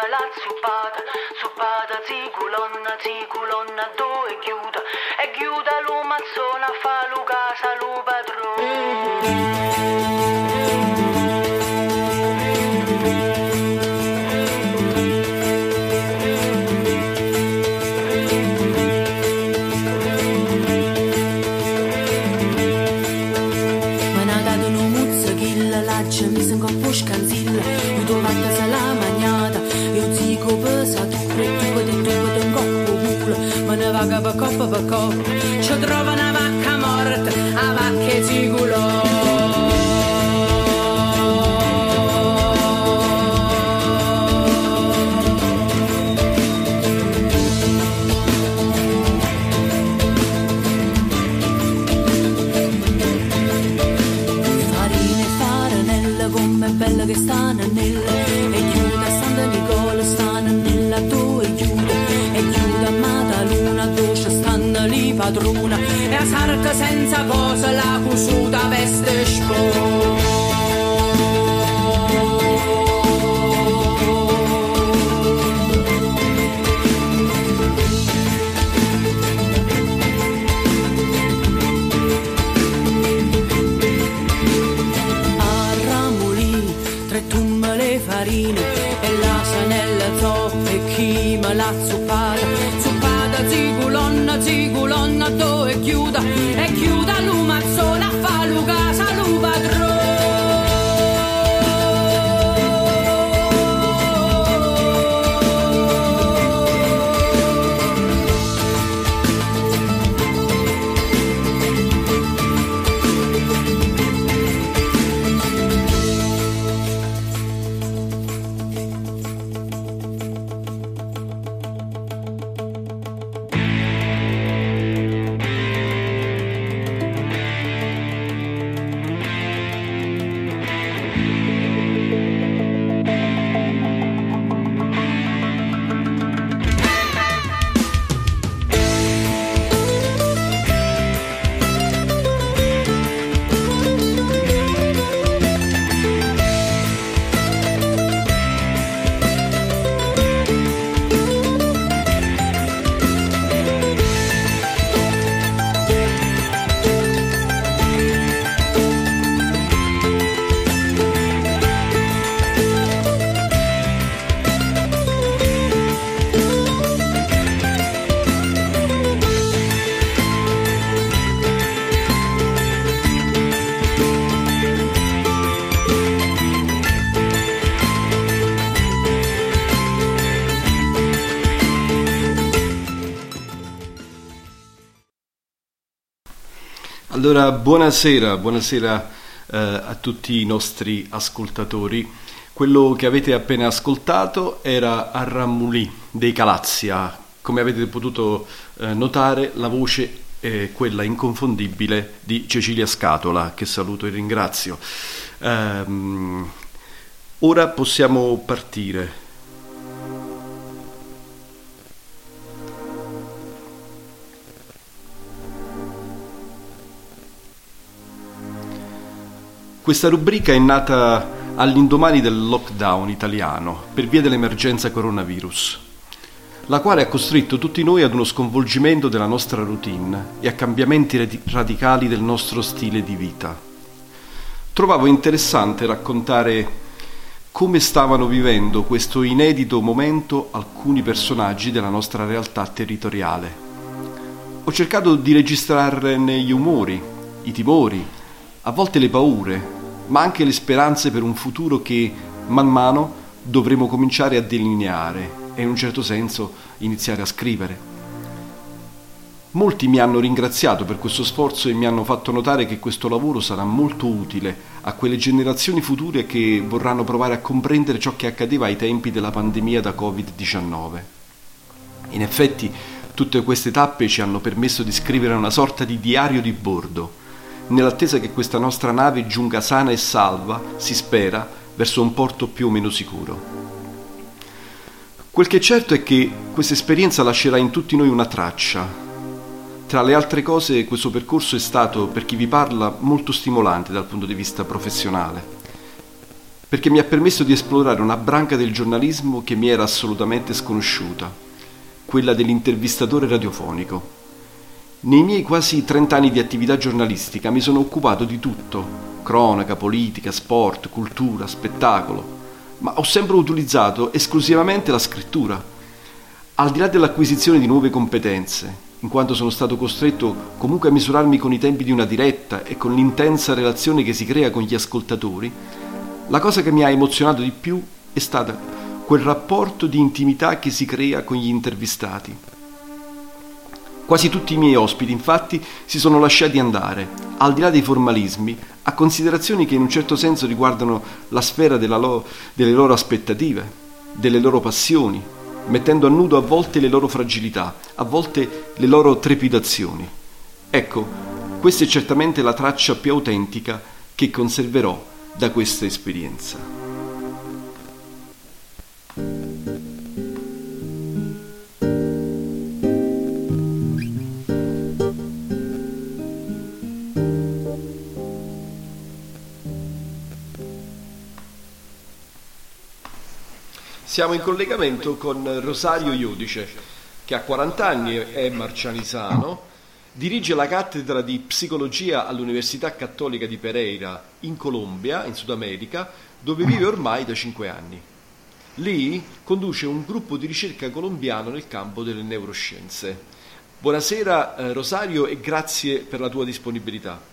me la zuppata, ziculonna, dove chiuda, e chiuda l'umazzona, fa lu casa, lu padrone. Mi sono un po' scanzilla, io t'ho fatta se la magnata, io dico pesatura e tu vedi un coppo culo, me ne vaga per coppa, ci trova una vacca morta, a vacche ziculò. Bella che stanno nella e chiuda Santa Nicola stanno nella tua e chiuda Maddaluna dove stanno lì padrona e a sarca senza cosa la cusuta veste spo. E la sanella zoppa e chi me l'ha zuppata, ziculonna, dove chiuda, e chiuda l'umazzona, fa lu casa, lu padrone. Allora, buonasera a tutti i nostri ascoltatori. Quello che avete appena ascoltato era Arrammulì dei Calazia. Come avete potuto notare, la voce è quella inconfondibile di Cecilia Scatola, che saluto e ringrazio. Ora possiamo partire. Questa rubrica è nata all'indomani del lockdown italiano per via dell'emergenza coronavirus, la quale ha costretto tutti noi ad uno sconvolgimento della nostra routine e a cambiamenti radicali del nostro stile di vita. Trovavo interessante raccontare come stavano vivendo questo inedito momento alcuni personaggi della nostra realtà territoriale. Ho cercato di registrarne gli umori, i timori, a volte le paure, ma anche le speranze per un futuro che man mano dovremo cominciare a delineare e in un certo senso iniziare a scrivere. Molti mi hanno ringraziato per questo sforzo e mi hanno fatto notare che questo lavoro sarà molto utile a quelle generazioni future che vorranno provare a comprendere ciò che accadeva ai tempi della pandemia da Covid-19. In effetti, tutte queste tappe ci hanno permesso di scrivere una sorta di diario di bordo, nell'attesa che questa nostra nave giunga sana e salva, si spera, verso un porto più o meno sicuro. Quel che è certo è che questa esperienza lascerà in tutti noi una traccia. Tra le altre cose, questo percorso è stato, per chi vi parla, molto stimolante dal punto di vista professionale. perché mi ha permesso di esplorare una branca del giornalismo che mi era assolutamente sconosciuta, quella dell'intervistatore radiofonico. Nei miei quasi 30 anni di attività giornalistica mi sono occupato di tutto: cronaca, politica, sport, cultura, spettacolo, ma ho sempre utilizzato esclusivamente la scrittura, al di là dell'acquisizione di nuove competenze, in quanto sono stato costretto comunque a misurarmi con i tempi di una diretta e con l'intensa relazione che si crea con gli ascoltatori. La cosa che mi ha emozionato di più è stata quel rapporto di intimità che si crea con gli intervistati. Quasi tutti i miei ospiti, infatti, si sono lasciati andare, al di là dei formalismi, a considerazioni che in un certo senso riguardano la sfera delle loro aspettative, delle loro passioni, mettendo a nudo a volte le loro fragilità, a volte le loro trepidazioni. Ecco, questa è certamente la traccia più autentica che conserverò da questa esperienza. Siamo in collegamento con Rosario Iodice, che ha 40 anni, è marcianisano, dirige la cattedra di psicologia all'Università Cattolica di Pereira in Colombia, in Sud America, dove vive ormai da 5 anni. Lì conduce un gruppo di ricerca colombiano nel campo delle neuroscienze. Buonasera Rosario e grazie per la tua disponibilità.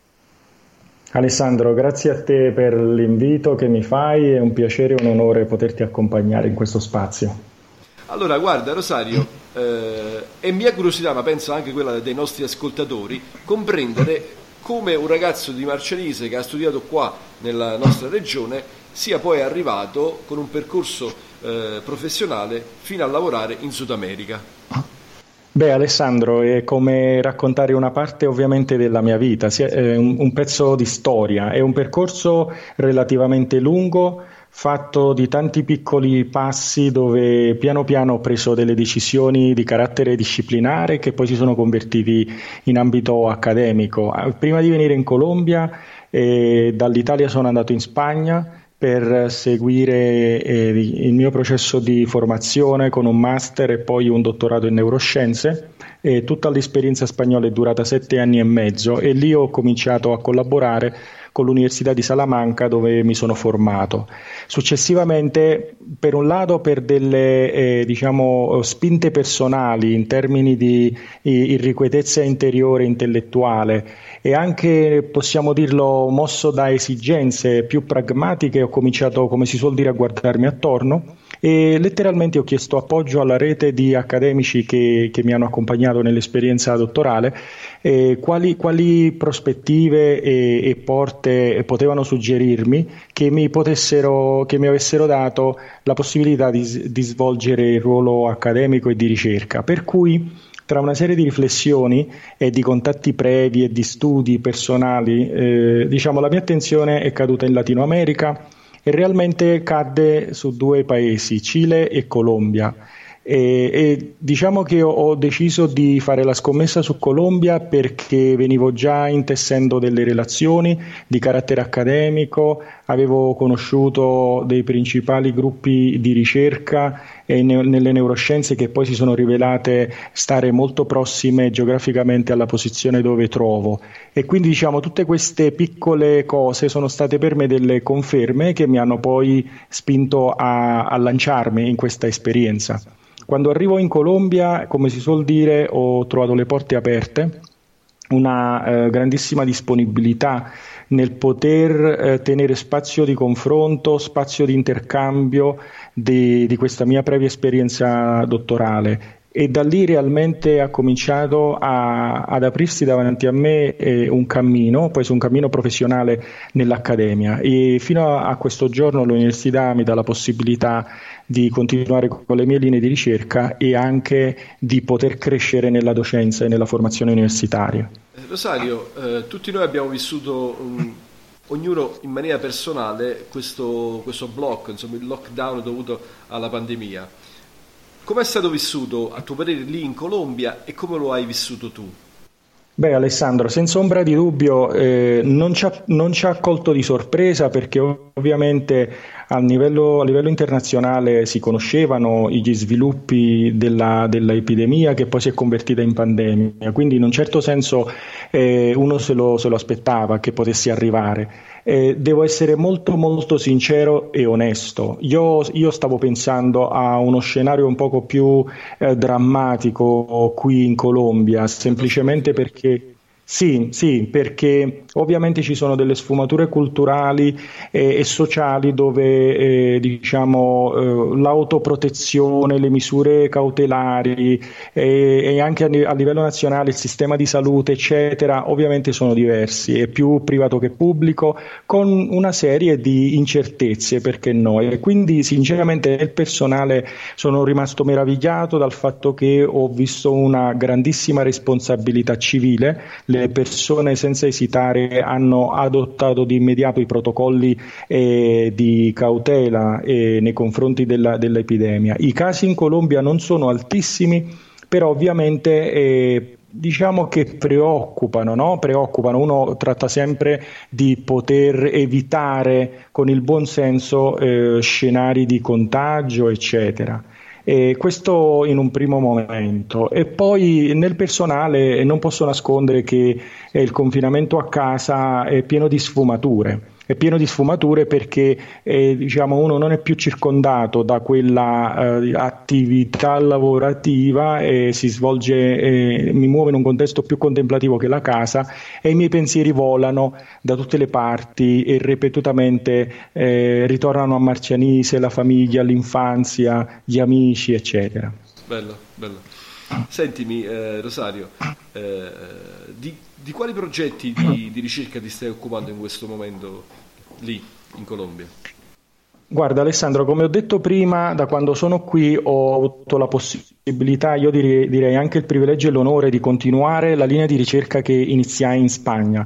Alessandro, grazie a te per l'invito che mi fai, è un piacere e un onore poterti accompagnare in questo spazio. Allora, guarda Rosario, è mia curiosità, ma penso anche quella dei nostri ascoltatori, comprendere come un ragazzo di Marcianise che ha studiato qua nella nostra regione sia poi arrivato con un percorso professionale fino a lavorare in Sud America. Beh, Alessandro, è come raccontare una parte ovviamente della mia vita, un pezzo di storia, è un percorso relativamente lungo, fatto di tanti piccoli passi dove piano piano ho preso delle decisioni di carattere disciplinare che poi si sono convertiti in ambito accademico. Prima di venire in Colombia, dall'Italia sono andato in Spagna per seguire il mio processo di formazione con un master e poi un dottorato in neuroscienze. Tutta l'esperienza spagnola è durata 7 anni e mezzo e lì ho cominciato a collaborare con l'Università di Salamanca dove mi sono formato. Successivamente, per un lato per delle spinte personali in termini di irrequietezza interiore intellettuale e anche, possiamo dirlo, mosso da esigenze più pragmatiche, ho cominciato, come si suol dire, a guardarmi attorno e letteralmente ho chiesto appoggio alla rete di accademici che mi hanno accompagnato nell'esperienza dottorale, quali prospettive e porte potevano suggerirmi che mi avessero dato la possibilità di svolgere il ruolo accademico e di ricerca. Per cui, tra una serie di riflessioni e di contatti previ e di studi personali, la mia attenzione è caduta in Latino America e realmente cadde su 2 paesi, Cile e Colombia. E diciamo che ho deciso di fare la scommessa su Colombia perché venivo già intessendo delle relazioni di carattere accademico, avevo conosciuto dei principali gruppi di ricerca nelle neuroscienze che poi si sono rivelate stare molto prossime geograficamente alla posizione dove trovo e quindi tutte queste piccole cose sono state per me delle conferme che mi hanno poi spinto a lanciarmi in questa esperienza. Quando arrivo in Colombia, come si suol dire, ho trovato le porte aperte, una grandissima disponibilità nel poter tenere spazio di confronto, spazio di intercambio di questa mia previa esperienza dottorale. E da lì realmente ha cominciato ad aprirsi davanti a me un cammino, poi su un cammino professionale nell'accademia e fino a questo giorno l'università mi dà la possibilità di continuare con le mie linee di ricerca e anche di poter crescere nella docenza e nella formazione universitaria. Rosario, tutti noi abbiamo vissuto ognuno in maniera personale questo blocco, insomma il lockdown dovuto alla pandemia. Come è stato vissuto a tuo parere lì in Colombia e come lo hai vissuto tu? Beh, Alessandro, senza ombra di dubbio, non ci ha colto di sorpresa perché ovviamente a livello internazionale si conoscevano gli sviluppi dell'epidemia che poi si è convertita in pandemia, quindi in un certo senso uno se lo aspettava che potesse arrivare. Devo essere molto molto sincero e onesto. Io stavo pensando a uno scenario un poco più drammatico qui in Colombia, semplicemente perché sì, sì, perché ovviamente ci sono delle sfumature culturali e sociali dove diciamo l'autoprotezione, le misure cautelari e anche a livello nazionale il sistema di salute, eccetera, ovviamente sono diversi, è più privato che pubblico, con una serie di incertezze, perché no? E quindi sinceramente nel personale sono rimasto meravigliato dal fatto che ho visto una grandissima responsabilità civile. Le persone senza esitare hanno adottato di immediato i protocolli di cautela nei confronti dell'epidemia. I casi in Colombia non sono altissimi, però ovviamente diciamo che preoccupano, no? Preoccupano. Uno tratta sempre di poter evitare con il buon senso scenari di contagio, eccetera. Questo in un primo momento, e poi nel personale non posso nascondere che il confinamento a casa è pieno di sfumature. È pieno di sfumature perché diciamo uno non è più circondato da quella attività lavorativa e si svolge, mi muove in un contesto più contemplativo che la casa, e i miei pensieri volano da tutte le parti e ripetutamente ritornano a Marcianise, la famiglia, l'infanzia, gli amici, eccetera. Bello, bello. Sentimi, Rosario, di quali progetti di ricerca ti stai occupando in questo momento lì in Colombia? Guarda Alessandro, come ho detto prima, da quando sono qui ho avuto la possibilità, io direi anche il privilegio e l'onore di continuare la linea di ricerca che iniziai in Spagna.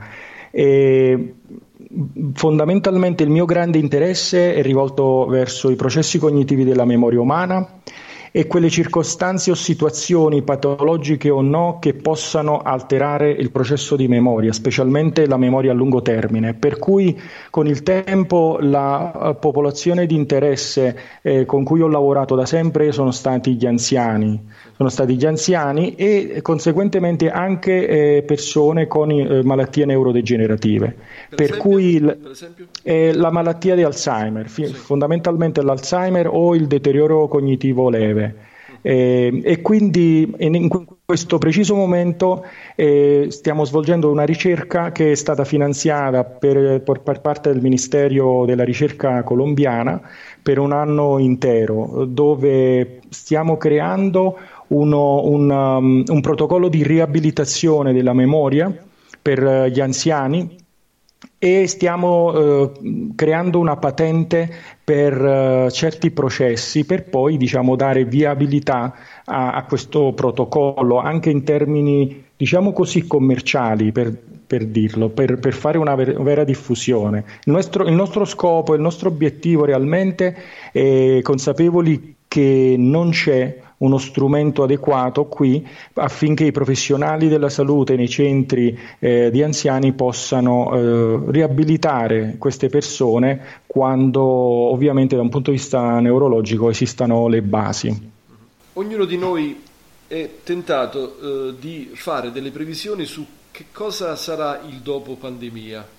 Fondamentalmente il mio grande interesse è rivolto verso i processi cognitivi della memoria umana e quelle circostanze o situazioni patologiche o no che possano alterare il processo di memoria, specialmente la memoria a lungo termine. Per cui con il tempo la popolazione di interesse con cui ho lavorato da sempre sono stati gli anziani e conseguentemente anche persone con malattie neurodegenerative. Per cui la malattia di Alzheimer, fondamentalmente l'Alzheimer o il deterioro cognitivo leve. E quindi in questo preciso momento stiamo svolgendo una ricerca che è stata finanziata per parte del Ministero della Ricerca colombiana per un anno intero, dove stiamo creando un protocollo di riabilitazione della memoria per gli anziani e stiamo creando una patente per certi processi per poi dare viabilità a questo protocollo anche in termini così commerciali, per dirlo, per fare una vera diffusione. Il nostro scopo, il nostro obiettivo realmente è consapevoli che non c'è uno strumento adeguato qui affinché i professionali della salute nei centri di anziani possano riabilitare queste persone quando ovviamente da un punto di vista neurologico esistano le basi. Ognuno di noi è tentato di fare delle previsioni su che cosa sarà il dopo pandemia.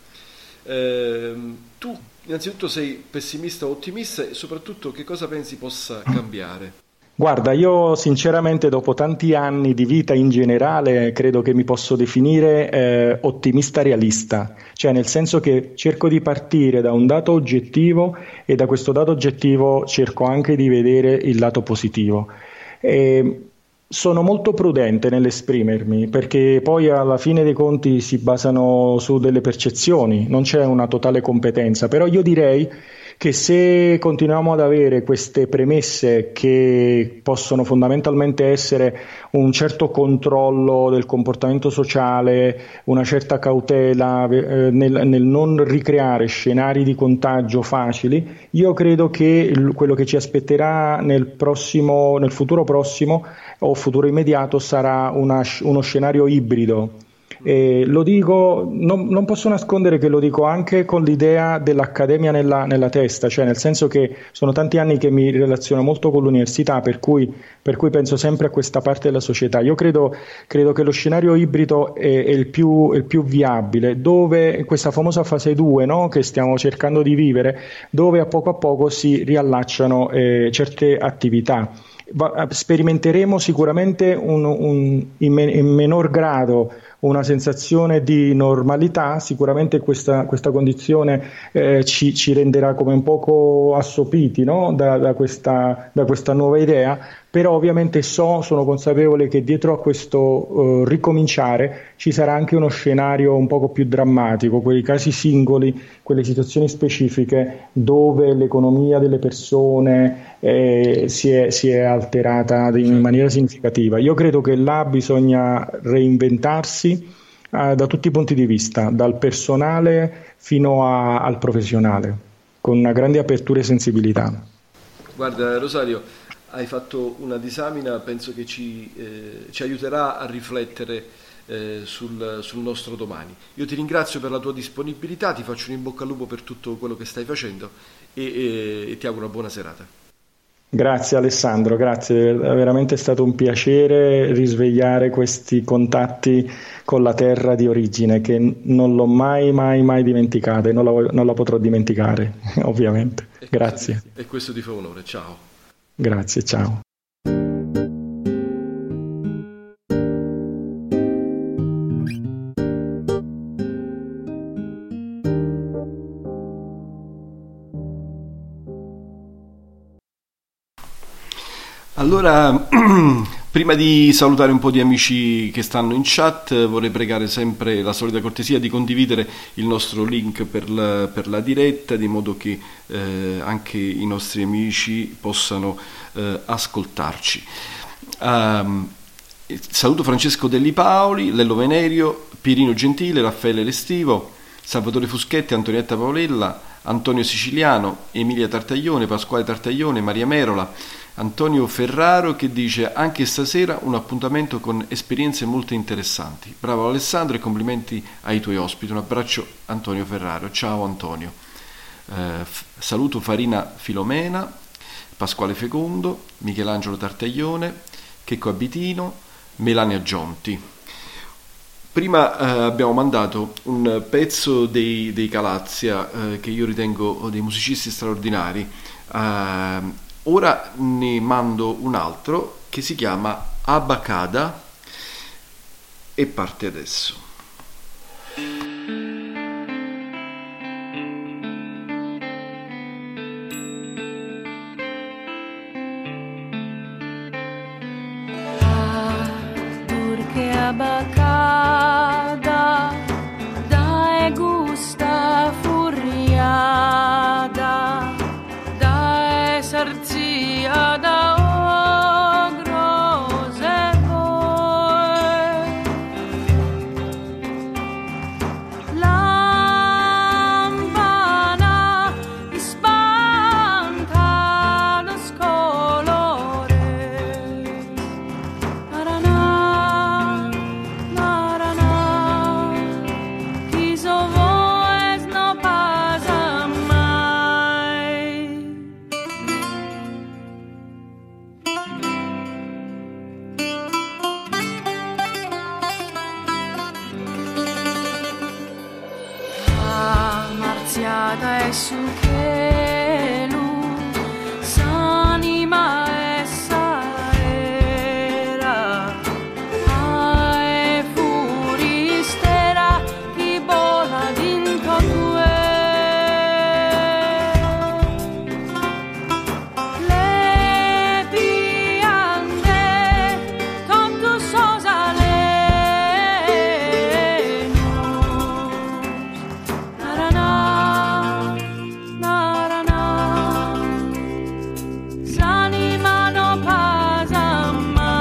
Tu innanzitutto sei pessimista o ottimista e soprattutto che cosa pensi possa cambiare? Guarda, io sinceramente dopo tanti anni di vita in generale credo che mi posso definire ottimista realista, cioè nel senso che cerco di partire da un dato oggettivo e da questo dato oggettivo cerco anche di vedere il lato positivo. Sono molto prudente nell'esprimermi perché poi alla fine dei conti si basano su delle percezioni, non c'è una totale competenza, però io direi che se continuiamo ad avere queste premesse che possono fondamentalmente essere un certo controllo del comportamento sociale, una certa cautela nel non ricreare scenari di contagio facili, io credo che quello che ci aspetterà nel futuro prossimo o futuro immediato sarà uno scenario ibrido. Lo dico, non posso nascondere che lo dico anche con l'idea dell'accademia nella testa, cioè nel senso che sono tanti anni che mi relaziono molto con l'università, per cui penso sempre a questa parte della società. Io credo che lo scenario ibrido è il più viabile, dove questa famosa fase 2, no, che stiamo cercando di vivere, dove a poco si riallacciano certe attività. Sperimenteremo sicuramente in menor grado una sensazione di normalità, sicuramente questa condizione ci renderà come un poco assopiti, no? da questa nuova idea, però ovviamente sono consapevole che dietro a questo ricominciare ci sarà anche uno scenario un poco più drammatico, quei casi singoli, quelle situazioni specifiche dove l'economia delle persone si è alterata in maniera significativa. Io credo che là bisogna reinventarsi da tutti i punti di vista, dal personale fino al professionale, con una grande apertura e sensibilità. Guarda Rosario, hai fatto una disamina, penso che ci aiuterà a riflettere sul nostro domani. Io ti ringrazio per la tua disponibilità, ti faccio un in bocca al lupo per tutto quello che stai facendo e ti auguro una buona serata. Grazie Alessandro, grazie, è veramente stato un piacere risvegliare questi contatti con la terra di origine che non l'ho mai dimenticata e non la potrò dimenticare, ovviamente. Grazie. E questo ti fa onore, ciao. Grazie, ciao. Allora, prima di salutare un po' di amici che stanno in chat, vorrei pregare sempre la solita cortesia di condividere il nostro link per la diretta, di modo che anche i nostri amici possano ascoltarci. Saluto Francesco Delli Paoli, Lello Venerio, Pierino Gentile, Raffaele Restivo, Salvatore Fuschetti, Antonietta Paolella, Antonio Siciliano, Emilia Tartaglione, Pasquale Tartaglione, Maria Merola, Antonio Ferraro che dice anche stasera un appuntamento con esperienze molto interessanti. Bravo Alessandro e complimenti ai tuoi ospiti. Un abbraccio Antonio Ferraro. Ciao Antonio. Saluto Farina Filomena, Pasquale Fecondo, Michelangelo Tartaglione, Checco Abitino, Melania Gionti. Prima abbiamo mandato un pezzo dei Calazia che io ritengo dei musicisti straordinari. Ora ne mando un altro che si chiama Abacada e parte adesso. Porque abacada dai gusta furriada dai sarzia da grose voi lampana spanta lo scolore narana narana chi so voi no pasa mai. Marziata e su che lu s'anima e saera e furistera chi bola dinto tue le piante con tu sosa narana narana s'anima no pasa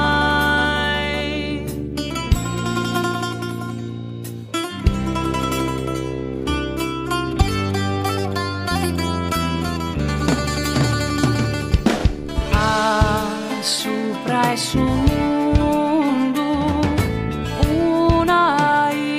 mai. Sopra e su mondo una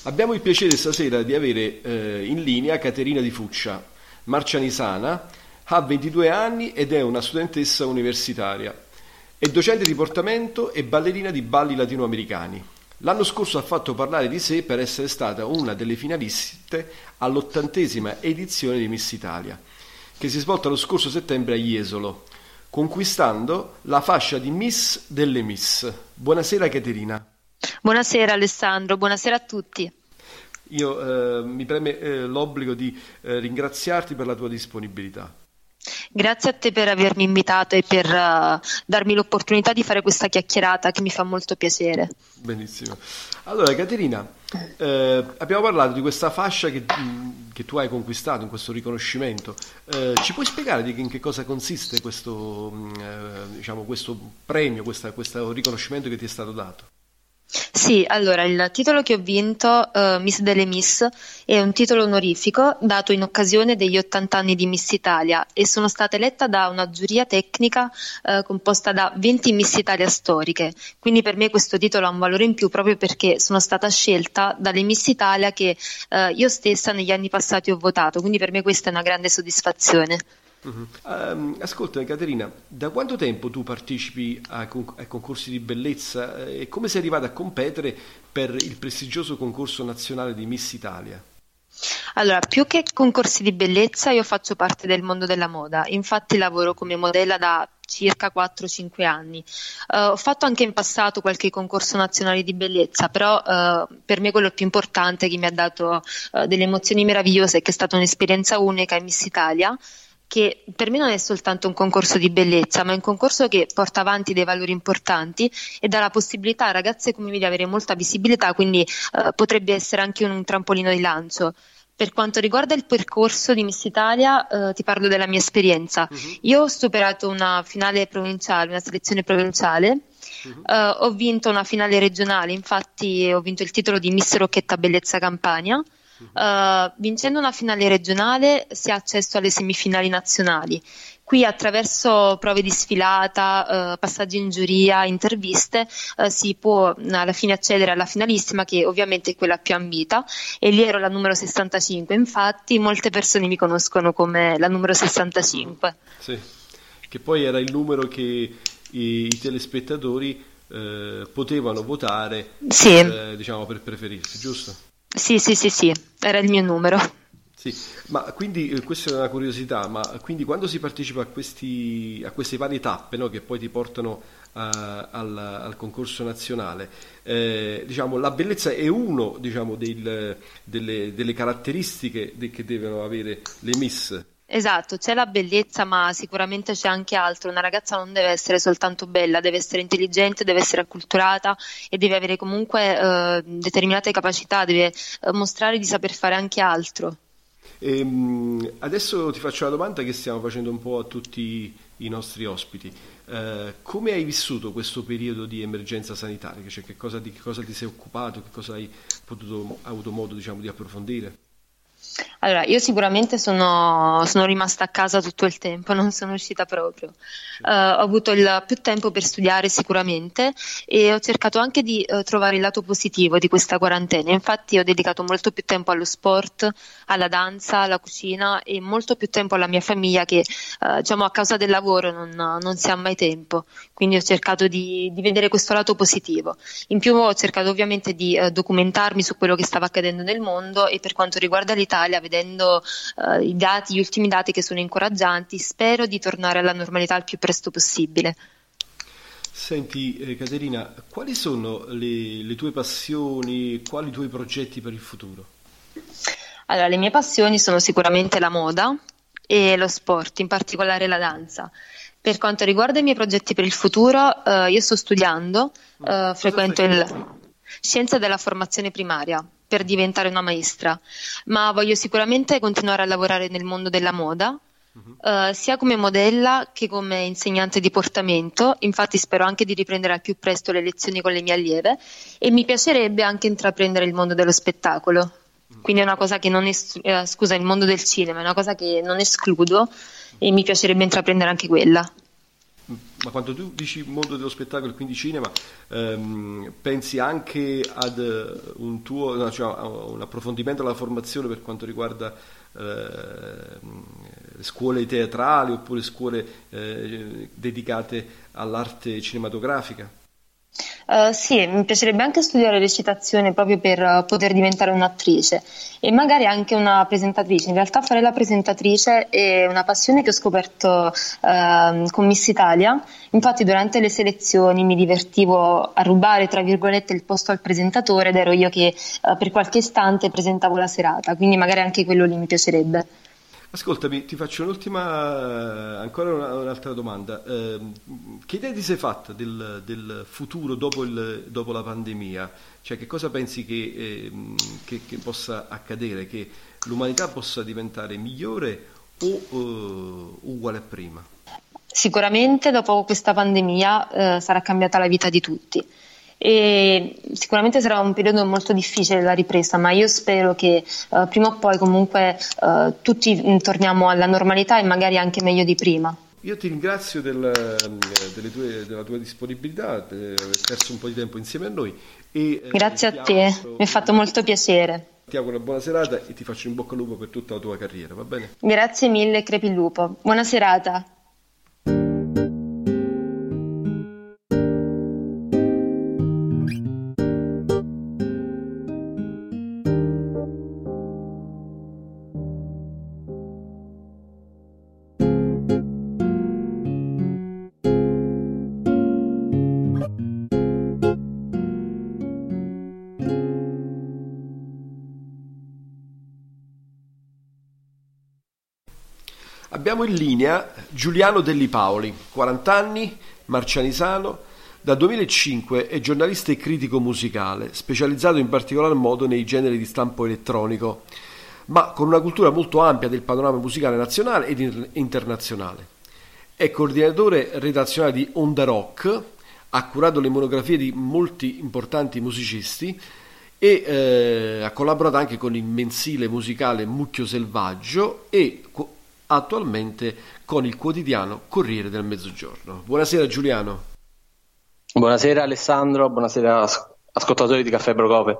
Abbiamo il piacere stasera di avere in linea Caterina Di Fuccia, marcianisana, ha 22 anni ed è una studentessa universitaria. È docente di portamento e ballerina di balli latinoamericani. L'anno scorso ha fatto parlare di sé per essere stata una delle finaliste all'80ª edizione di Miss Italia, che si è svolta lo scorso settembre a Jesolo, conquistando la fascia di Miss delle Miss. Buonasera Caterina. Buonasera Alessandro, buonasera a tutti. Io mi preme l'obbligo di ringraziarti per la tua disponibilità. Grazie a te per avermi invitato e per darmi l'opportunità di fare questa chiacchierata che mi fa molto piacere. Benissimo. Allora Caterina, abbiamo parlato di questa fascia che tu hai conquistato, in questo riconoscimento. Ci puoi spiegare in che cosa consiste questo, questo premio, questo riconoscimento che ti è stato dato? Sì, allora il titolo che ho vinto, Miss delle Miss, è un titolo onorifico dato in occasione degli 80 anni di Miss Italia e sono stata eletta da una giuria tecnica composta da 20 Miss Italia storiche, quindi per me questo titolo ha un valore in più proprio perché sono stata scelta dalle Miss Italia che io stessa negli anni passati ho votato, quindi per me questa è una grande soddisfazione. Ascolta Caterina, da quanto tempo tu partecipi ai concorsi di bellezza e come sei arrivata a competere per il prestigioso concorso nazionale di Miss Italia? Allora, più che concorsi di bellezza io faccio parte del mondo della moda, infatti lavoro come modella da circa 4-5 anni. Ho fatto anche in passato qualche concorso nazionale di bellezza, però per me quello più importante che mi ha dato delle emozioni meravigliose, che è stata un'esperienza unica in Miss Italia, che per me non è soltanto un concorso di bellezza, ma è un concorso che porta avanti dei valori importanti e dà la possibilità a ragazze come me di avere molta visibilità, quindi potrebbe essere anche un trampolino di lancio. Per quanto riguarda il percorso di Miss Italia, ti parlo della mia esperienza. Io ho superato una finale provinciale, una selezione provinciale, ho vinto una finale regionale, infatti ho vinto il titolo di Miss Rocchetta Bellezza Campania. Vincendo una finale regionale si ha accesso alle semifinali nazionali. Qui attraverso prove di sfilata, passaggi in giuria, interviste, si può alla fine accedere alla finalissima, che ovviamente è quella più ambita, e lì ero la numero 65, infatti molte persone mi conoscono come la numero 65. Sì, che poi era il numero che i telespettatori potevano votare, sì. Diciamo per preferirsi, giusto? Sì, era il mio numero. Sì, ma quindi questa è una curiosità, ma quindi quando si partecipa a queste varie tappe, no, che poi ti portano al concorso nazionale, la bellezza è uno, delle caratteristiche che devono avere le Miss. Esatto, c'è la bellezza, ma sicuramente c'è anche altro. Una ragazza non deve essere soltanto bella, deve essere intelligente, deve essere acculturata e deve avere comunque determinate capacità, deve mostrare di saper fare anche altro. Adesso ti faccio la domanda che stiamo facendo un po' a tutti i nostri ospiti. Come hai vissuto questo periodo di emergenza sanitaria? Cioè, di che cosa ti sei occupato, che cosa hai avuto modo, di approfondire? Allora, io sicuramente sono rimasta a casa tutto il tempo, non sono uscita proprio. Ho avuto il più tempo per studiare sicuramente e ho cercato anche di trovare il lato positivo di questa quarantena. Infatti ho dedicato molto più tempo allo sport, alla danza, alla cucina e molto più tempo alla mia famiglia che a causa del lavoro non si ha mai tempo. Quindi ho cercato di vedere questo lato positivo. In più ho cercato ovviamente di documentarmi su quello che stava accadendo nel mondo e per quanto riguarda l'Italia, vedendo gli ultimi dati che sono incoraggianti, spero di tornare alla normalità il più presto possibile. Senti Caterina, quali sono le tue passioni, quali i tuoi progetti per il futuro? Allora, le mie passioni sono sicuramente la moda e lo sport, in particolare la danza. Per quanto riguarda i miei progetti per il futuro, io sto studiando, frequento il Scienza della formazione primaria per diventare una maestra, ma voglio sicuramente continuare a lavorare nel mondo della moda, sia come modella che come insegnante di portamento. Infatti spero anche di riprendere al più presto le lezioni con le mie allieve e mi piacerebbe anche intraprendere il mondo dello spettacolo. Quindi è una cosa che non il mondo del cinema è una cosa che non escludo e mi piacerebbe intraprendere anche quella. Ma quando tu dici mondo dello spettacolo e quindi cinema, pensi anche ad un tuo, no, cioè, a un approfondimento della formazione per quanto riguarda le scuole teatrali oppure scuole dedicate all'arte cinematografica? Sì, mi piacerebbe anche studiare recitazione proprio per poter diventare un'attrice e magari anche una presentatrice. In realtà fare la presentatrice è una passione che ho scoperto con Miss Italia. Infatti durante le selezioni mi divertivo a rubare, tra virgolette, il posto al presentatore ed ero io che per qualche istante presentavo la serata, quindi magari anche quello lì mi piacerebbe. Ascoltami, ti faccio ancora un'altra domanda. Che idea ti sei fatta del futuro dopo la pandemia? Cioè, che cosa pensi che possa accadere? Che l'umanità possa diventare migliore o uguale a prima? Sicuramente dopo questa pandemia sarà cambiata la vita di tutti. E sicuramente sarà un periodo molto difficile la ripresa, ma io spero che prima o poi comunque tutti torniamo alla normalità e magari anche meglio di prima. Io ti ringrazio della tua disponibilità, per aver perso un po' di tempo insieme a noi. Grazie a te, mi è fatto molto piacere. Ti auguro una buona serata e ti faccio in bocca al lupo per tutta la tua carriera, va bene? Grazie mille, crepi il lupo. Buona serata. Abbiamo in linea Giuliano Delli Paoli, 40 anni, marcianisano, da 2005 è giornalista e critico musicale, specializzato in particolar modo nei generi di stampo elettronico, ma con una cultura molto ampia del panorama musicale nazionale ed internazionale. È coordinatore redazionale di Onda Rock, ha curato le monografie di molti importanti musicisti e ha collaborato anche con il mensile musicale Mucchio Selvaggio e attualmente con il quotidiano Corriere del Mezzogiorno. Buonasera Giuliano. Buonasera Alessandro, buonasera ascoltatori di Caffè Procope.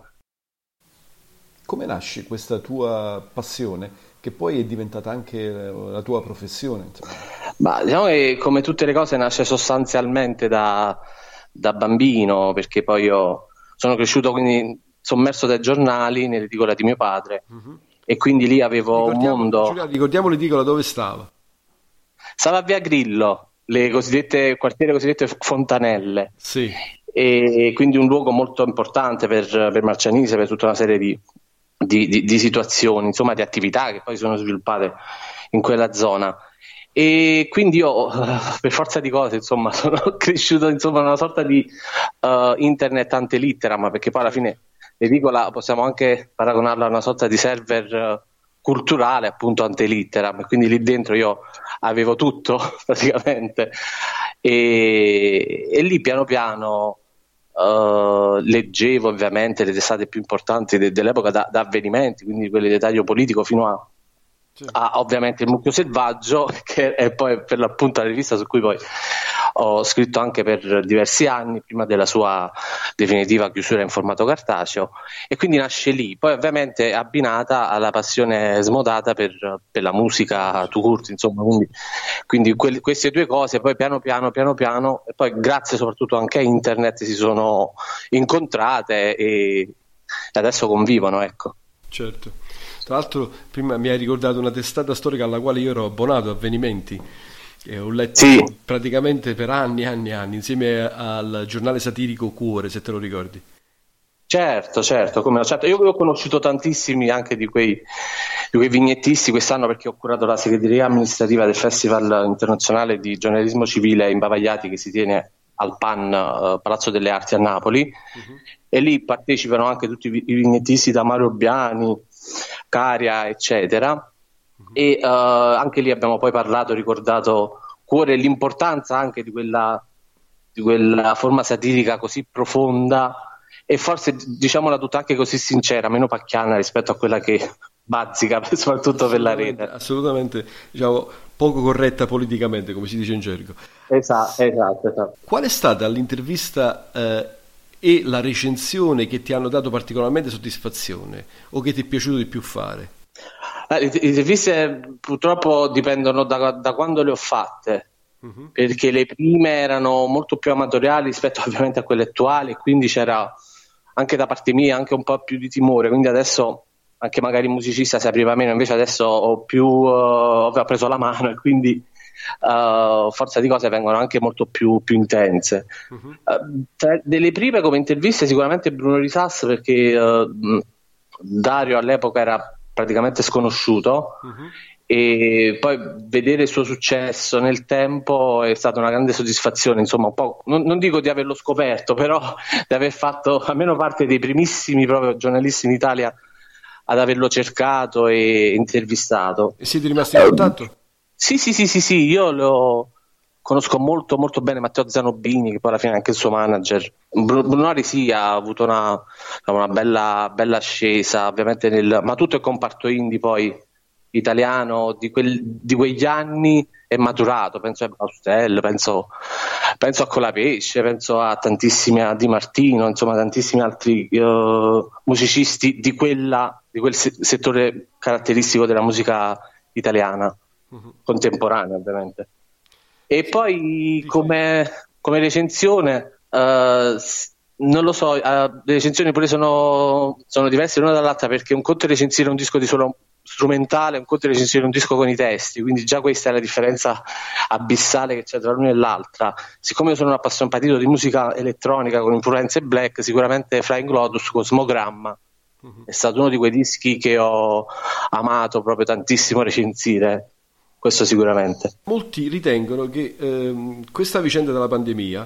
Come nasce questa tua passione, che poi è diventata anche la tua professione? Ma diciamo che come tutte le cose nasce sostanzialmente da bambino, perché poi io sono cresciuto quindi sommerso dai giornali nell'edicola di mio padre. Uh-huh. E quindi lì avevo un mondo. Giuliano, ricordiamo l'edicola dove stava? Stava a Via Grillo, le quartiere cosiddette fontanelle. Sì. E quindi un luogo molto importante per Marcianise, per tutta una serie di situazioni, insomma di attività che poi sono sviluppate in quella zona. E quindi io per forza di cose insomma sono cresciuto insomma in una sorta di internet ante litteram, perché poi alla fine l'edicola possiamo anche paragonarla a una sorta di server culturale appunto ante litteram, quindi lì dentro io avevo tutto praticamente e lì piano piano leggevo ovviamente le testate più importanti dell'epoca da avvenimenti, quindi quelli di taglio politico fino a ovviamente il Mucchio Selvaggio, che è poi per l'appunto la rivista su cui poi ho scritto anche per diversi anni prima della sua definitiva chiusura in formato cartaceo, e quindi nasce lì, poi ovviamente abbinata alla passione smodata per la musica tout court, insomma, quindi queste due cose poi piano piano e poi grazie soprattutto anche a internet si sono incontrate e adesso convivono, ecco. Certo. Tra l'altro prima mi hai ricordato una testata storica alla quale io ero abbonato, Avvenimenti, e ho letto praticamente per anni insieme al giornale satirico Cuore, se te lo ricordi. Certo, come no, certo. Io ho conosciuto tantissimi anche di quei vignettisti quest'anno, perché ho curato la segreteria amministrativa del Festival Internazionale di Giornalismo Civile Imbavagliati che si tiene al PAN, Palazzo delle Arti a Napoli, e lì partecipano anche tutti i vignettisti da Mario Biani, Caria, eccetera, e anche lì abbiamo poi ricordato Cuore, l'importanza anche di quella forma satirica così profonda e forse diciamola tutta anche così sincera, meno pacchiana rispetto a quella che bazzica, soprattutto per la rete. Assolutamente, diciamo, poco corretta politicamente, come si dice in gergo. Esatto. Qual è stata l'intervista e la recensione che ti hanno dato particolarmente soddisfazione o che ti è piaciuto di più fare? Le interviste purtroppo dipendono da quando le ho fatte, perché le prime erano molto più amatoriali rispetto ovviamente a quelle attuali, quindi c'era anche da parte mia anche un po' più di timore, quindi adesso anche magari il musicista si apriva meno, invece adesso ho preso la mano e quindi forza di cose vengono anche molto più intense. Tra delle prime come interviste sicuramente Bruno Risas, perché Dario all'epoca era praticamente sconosciuto, e poi vedere il suo successo nel tempo è stata una grande soddisfazione, insomma, un po', non dico di averlo scoperto, però di aver fatto almeno parte dei primissimi proprio giornalisti in Italia ad averlo cercato e intervistato. E siete rimasti in contatto? Sì, io lo conosco molto molto bene Matteo Zanobini, che poi alla fine è anche il suo manager. Brunori sì, ha avuto una bella ascesa ovviamente ma tutto il comparto indie poi italiano di quegli anni è maturato, penso a Baustelle, penso a Colapesce, penso a tantissimi, a Di Martino, insomma tantissimi altri musicisti di quel settore caratteristico della musica italiana contemporanea ovviamente. E poi come recensione non lo so, le recensioni pure sono diverse l'una dall'altra, perché un conto è recensire un disco di solo strumentale, un conto è recensire un disco con i testi, quindi già questa è la differenza abissale che c'è tra l'una e l'altra. Siccome io sono un appassionato di musica elettronica con influenze black, sicuramente Flying Lotus, Cosmogramma è stato uno di quei dischi che ho amato proprio tantissimo recensire, questo sicuramente. Molti ritengono che questa vicenda della pandemia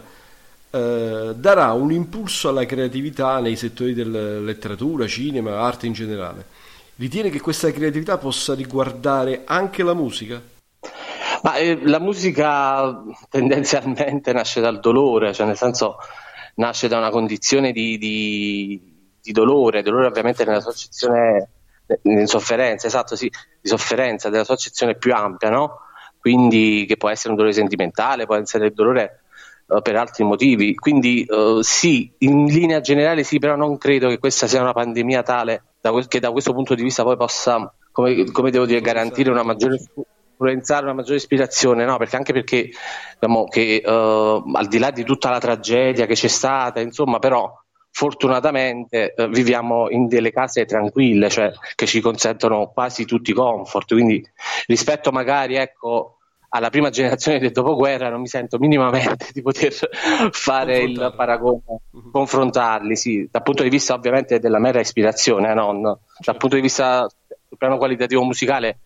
darà un impulso alla creatività nei settori della letteratura, cinema, arte in generale. Ritiene che questa creatività possa riguardare anche la musica? Ma la musica tendenzialmente nasce dal dolore, cioè nel senso nasce da una condizione di dolore ovviamente nella sua accezione, in sofferenza, esatto, sì, di sofferenza, della sua accezione più ampia, no? Quindi che può essere un dolore sentimentale, può essere il dolore per altri motivi, quindi sì, in linea generale sì, però non credo che questa sia una pandemia tale che da questo punto di vista poi possa, come devo dire, garantire una maggiore influenzare una maggiore ispirazione, no? Perché diciamo che al di là di tutta la tragedia che c'è stata, insomma, però fortunatamente viviamo in delle case tranquille, cioè che ci consentono quasi tutti comfort, quindi rispetto magari, ecco, alla prima generazione del dopoguerra non mi sento minimamente di poter fare il paragone, confrontarli, sì, dal punto di vista ovviamente della mera ispirazione, dal punto di vista sul piano qualitativo musicale,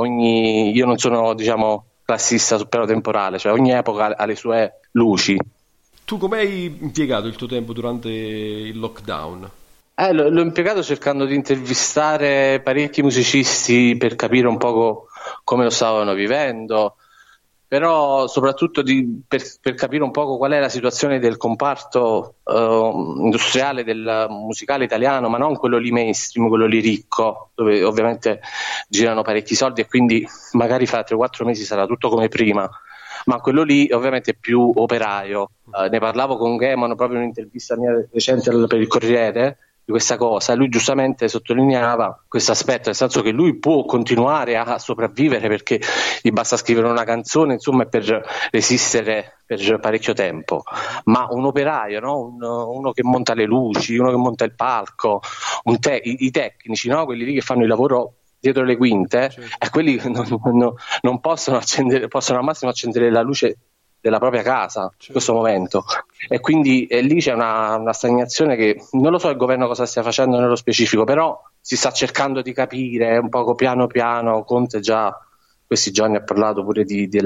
io non sono, diciamo, classista sul piano temporale, cioè ogni epoca ha le sue luci. Tu come hai impiegato il tuo tempo durante il lockdown? L'ho impiegato cercando di intervistare parecchi musicisti per capire un poco come lo stavano vivendo, però soprattutto per capire un poco qual è la situazione del comparto industriale del musicale italiano, ma non quello lì mainstream, quello lì ricco, dove ovviamente girano parecchi soldi e quindi magari fra 3-4 mesi sarà tutto come prima, ma quello lì ovviamente è più operaio. Ne parlavo con Gaemon proprio in un'intervista mia recente per il Corriere di questa cosa, e lui giustamente sottolineava questo aspetto, nel senso che lui può continuare a sopravvivere perché gli basta scrivere una canzone, insomma, per resistere per parecchio tempo, ma un operaio, no? Uno che monta le luci, uno che monta il palco, i tecnici, no? Quelli lì che fanno il lavoro dietro le quinte, certo. E quelli non possono accendere, possono al massimo accendere la luce della propria casa, certo. In questo momento, e quindi lì c'è una stagnazione che non lo so il governo cosa stia facendo nello specifico, però si sta cercando di capire un poco piano piano. Conte già questi giorni ha parlato pure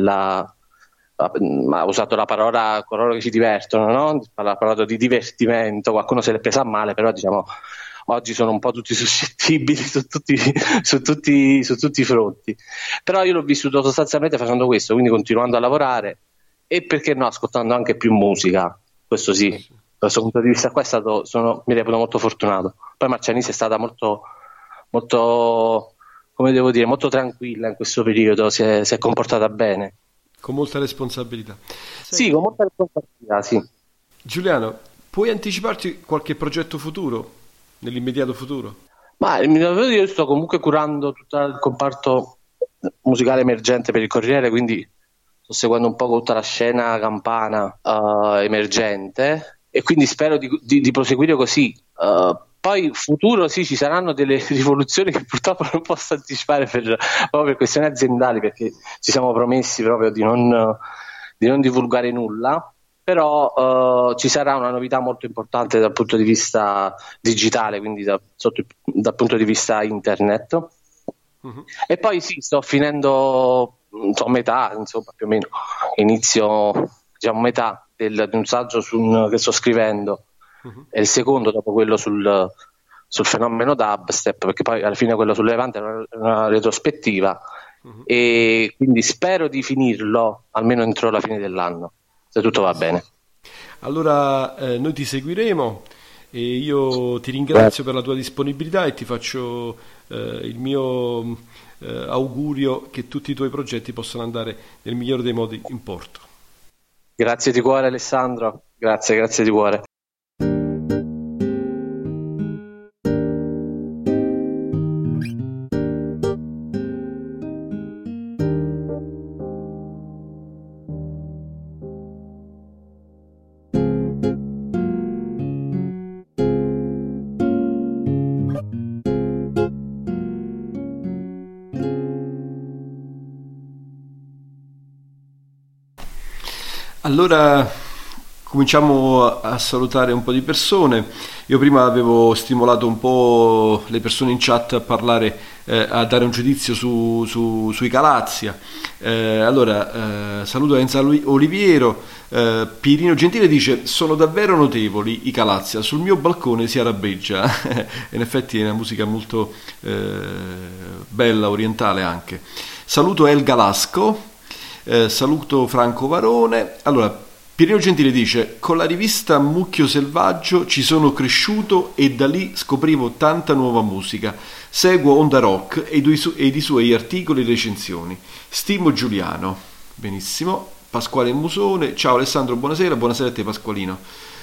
ha usato la parola coloro che si divertono, no? Ha parlato di divertimento, qualcuno se l'è presa a male, però diciamo oggi sono un po' tutti suscettibili su tutti i fronti, però io l'ho vissuto sostanzialmente facendo questo, quindi continuando a lavorare e perché no, ascoltando anche più musica, questo sì, da questo punto di vista qua mi reputo molto fortunato. Poi Marcianise è stata molto molto come devo dire, molto tranquilla in questo periodo, si è comportata bene. Con molta responsabilità. Sì, con molta responsabilità, sì. Giuliano, puoi anticiparci qualche progetto futuro, nell'immediato futuro? Ma io sto comunque curando tutto il comparto musicale emergente per il Corriere, quindi sto seguendo un po' tutta la scena campana emergente, e quindi spero di proseguire così. Poi futuro sì, ci saranno delle rivoluzioni che purtroppo non posso anticipare proprio per questioni aziendali, perché ci siamo promessi proprio di non divulgare nulla, però ci sarà una novità molto importante dal punto di vista digitale, quindi dal punto di vista internet. E poi sì, sto finendo metà, insomma, più o meno inizio, diciamo, metà di un saggio che sto scrivendo. È il secondo dopo quello sul fenomeno dubstep, perché poi alla fine quello sul Levante è una retrospettiva, e quindi spero di finirlo almeno entro la fine dell'anno, se tutto va bene. Allora noi ti seguiremo e io ti ringrazio per la tua disponibilità e ti faccio il mio augurio che tutti i tuoi progetti possano andare nel migliore dei modi in porto. Grazie di cuore, Alessandro, grazie di cuore. Allora cominciamo a salutare un po' di persone. Io prima avevo stimolato un po' le persone in chat a parlare, a dare un giudizio sui Calazia. Saluto Enza Oliviero. Pierino Gentile dice: sono davvero notevoli i Calazia, sul mio balcone si arabeggia. In effetti è una musica molto bella, orientale anche. Saluto El Galasco. Saluto Franco Varone. Allora, Pierino Gentile dice: con la rivista Mucchio Selvaggio ci sono cresciuto e da lì scoprivo tanta nuova musica. Seguo Onda Rock ed i suoi articoli e recensioni. Stimo Giuliano. Benissimo. Pasquale Musone. Ciao Alessandro, buonasera a te Pasqualino.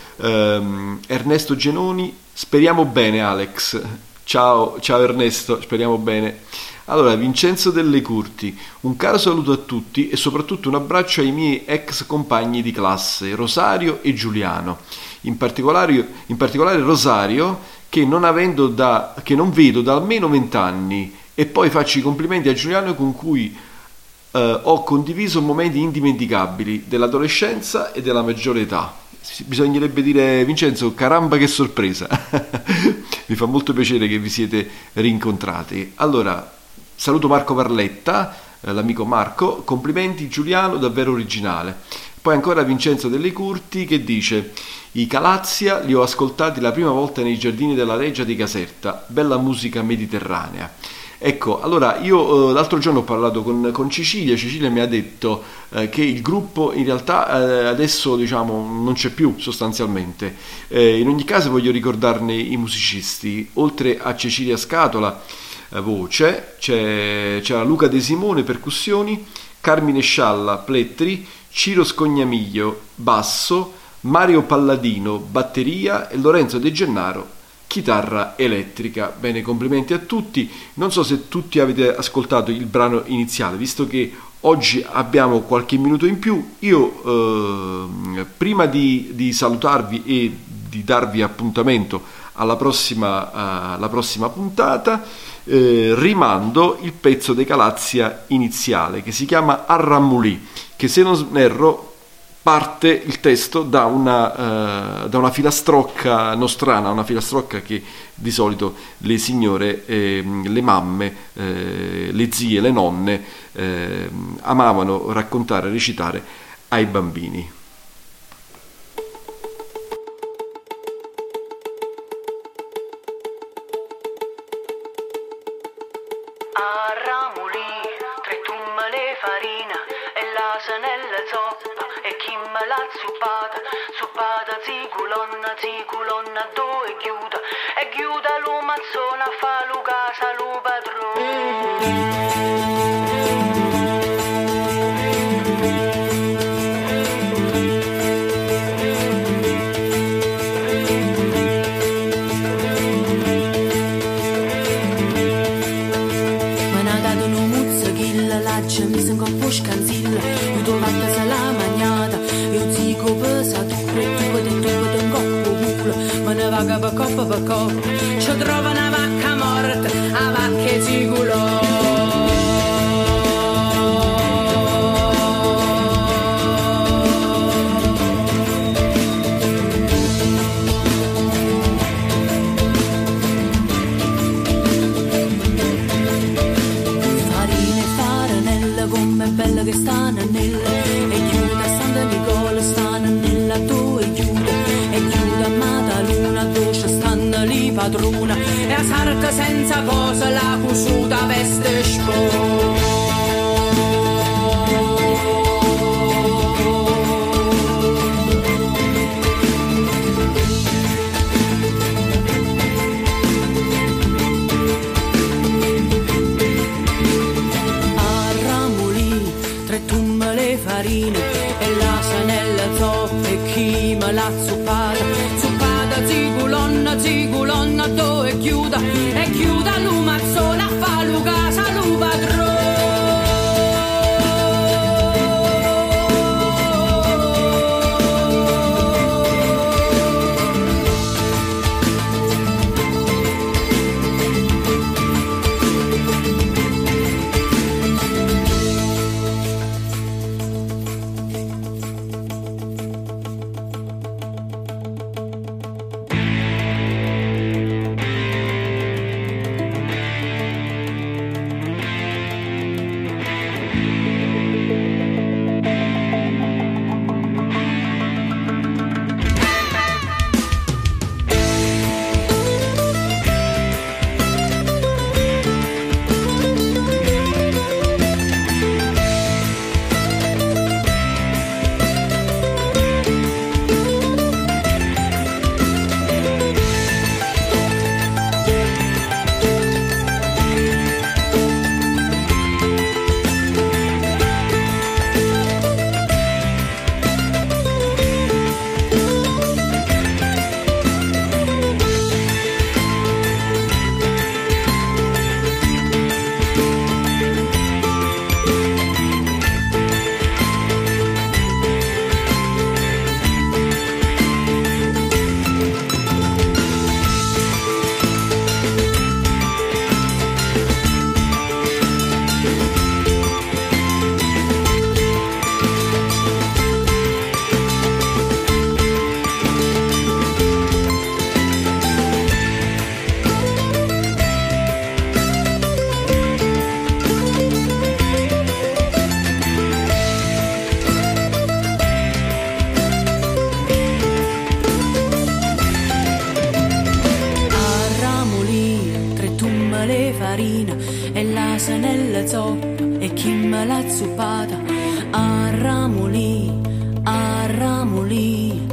Ernesto Genoni. Speriamo bene Alex. Ciao Ernesto, speriamo bene. Allora, Vincenzo Delle Curti, un caro saluto a tutti e soprattutto un abbraccio ai miei ex compagni di classe, Rosario e Giuliano. In particolare Rosario, che non vedo da almeno 20 anni, e poi faccio i complimenti a Giuliano con cui ho condiviso momenti indimenticabili dell'adolescenza e della maggiore età. Bisognerebbe dire, Vincenzo, caramba che sorpresa. Mi fa molto piacere che vi siete rincontrati. Allora, saluto Marco Varletta, l'amico Marco, complimenti Giuliano, davvero originale. Poi ancora Vincenzo Delle Curti che dice: i Calazia li ho ascoltati la prima volta nei giardini della Reggia di Caserta, bella musica mediterranea. Ecco, allora io l'altro giorno ho parlato con Cecilia mi ha detto che il gruppo in realtà adesso non c'è più sostanzialmente. In ogni caso voglio ricordarne i musicisti. Oltre a Cecilia Scatola, voce, c'era Luca De Simone, percussioni, Carmine Scialla, plettri, Ciro Scognamiglio, basso, Mario Palladino, batteria e Lorenzo De Gennaro, chitarra elettrica. Bene, complimenti a tutti. Non so se tutti avete ascoltato il brano iniziale, visto che oggi abbiamo qualche minuto in più. Io prima di salutarvi e di darvi appuntamento alla prossima puntata, rimando il pezzo dei Calazia iniziale che si chiama Arramulì, che se non erro parte il testo da una filastrocca nostrana, una filastrocca che di solito le signore, le mamme, le zie, le nonne amavano raccontare, recitare ai bambini. Arramulì, tre tummale farina e l'asanella zoppa e chi me l'ha zuppata ziculonna dove chiuda e chiuda lo mazzona fa lo casa lo padrone. Ci trova una vacca morta, a vacche zigulò. Farina e farinella, come bella che stanno nella, e chiuda Santa Nicola, stanno nella tua e chiuda, e chiuda Maddaluna, dove stanno lì padrona, e a sarta senza cosa la cusuta veste spo. Farina e la sanella zoppa e chi me l'ha zuppata, zigulonna, dove chiuda e chiuda l'umazzona, fa l'ugasa l'u padrone. Farina e la sanella zoppa e chi me l'ha zuppata, a ramolì,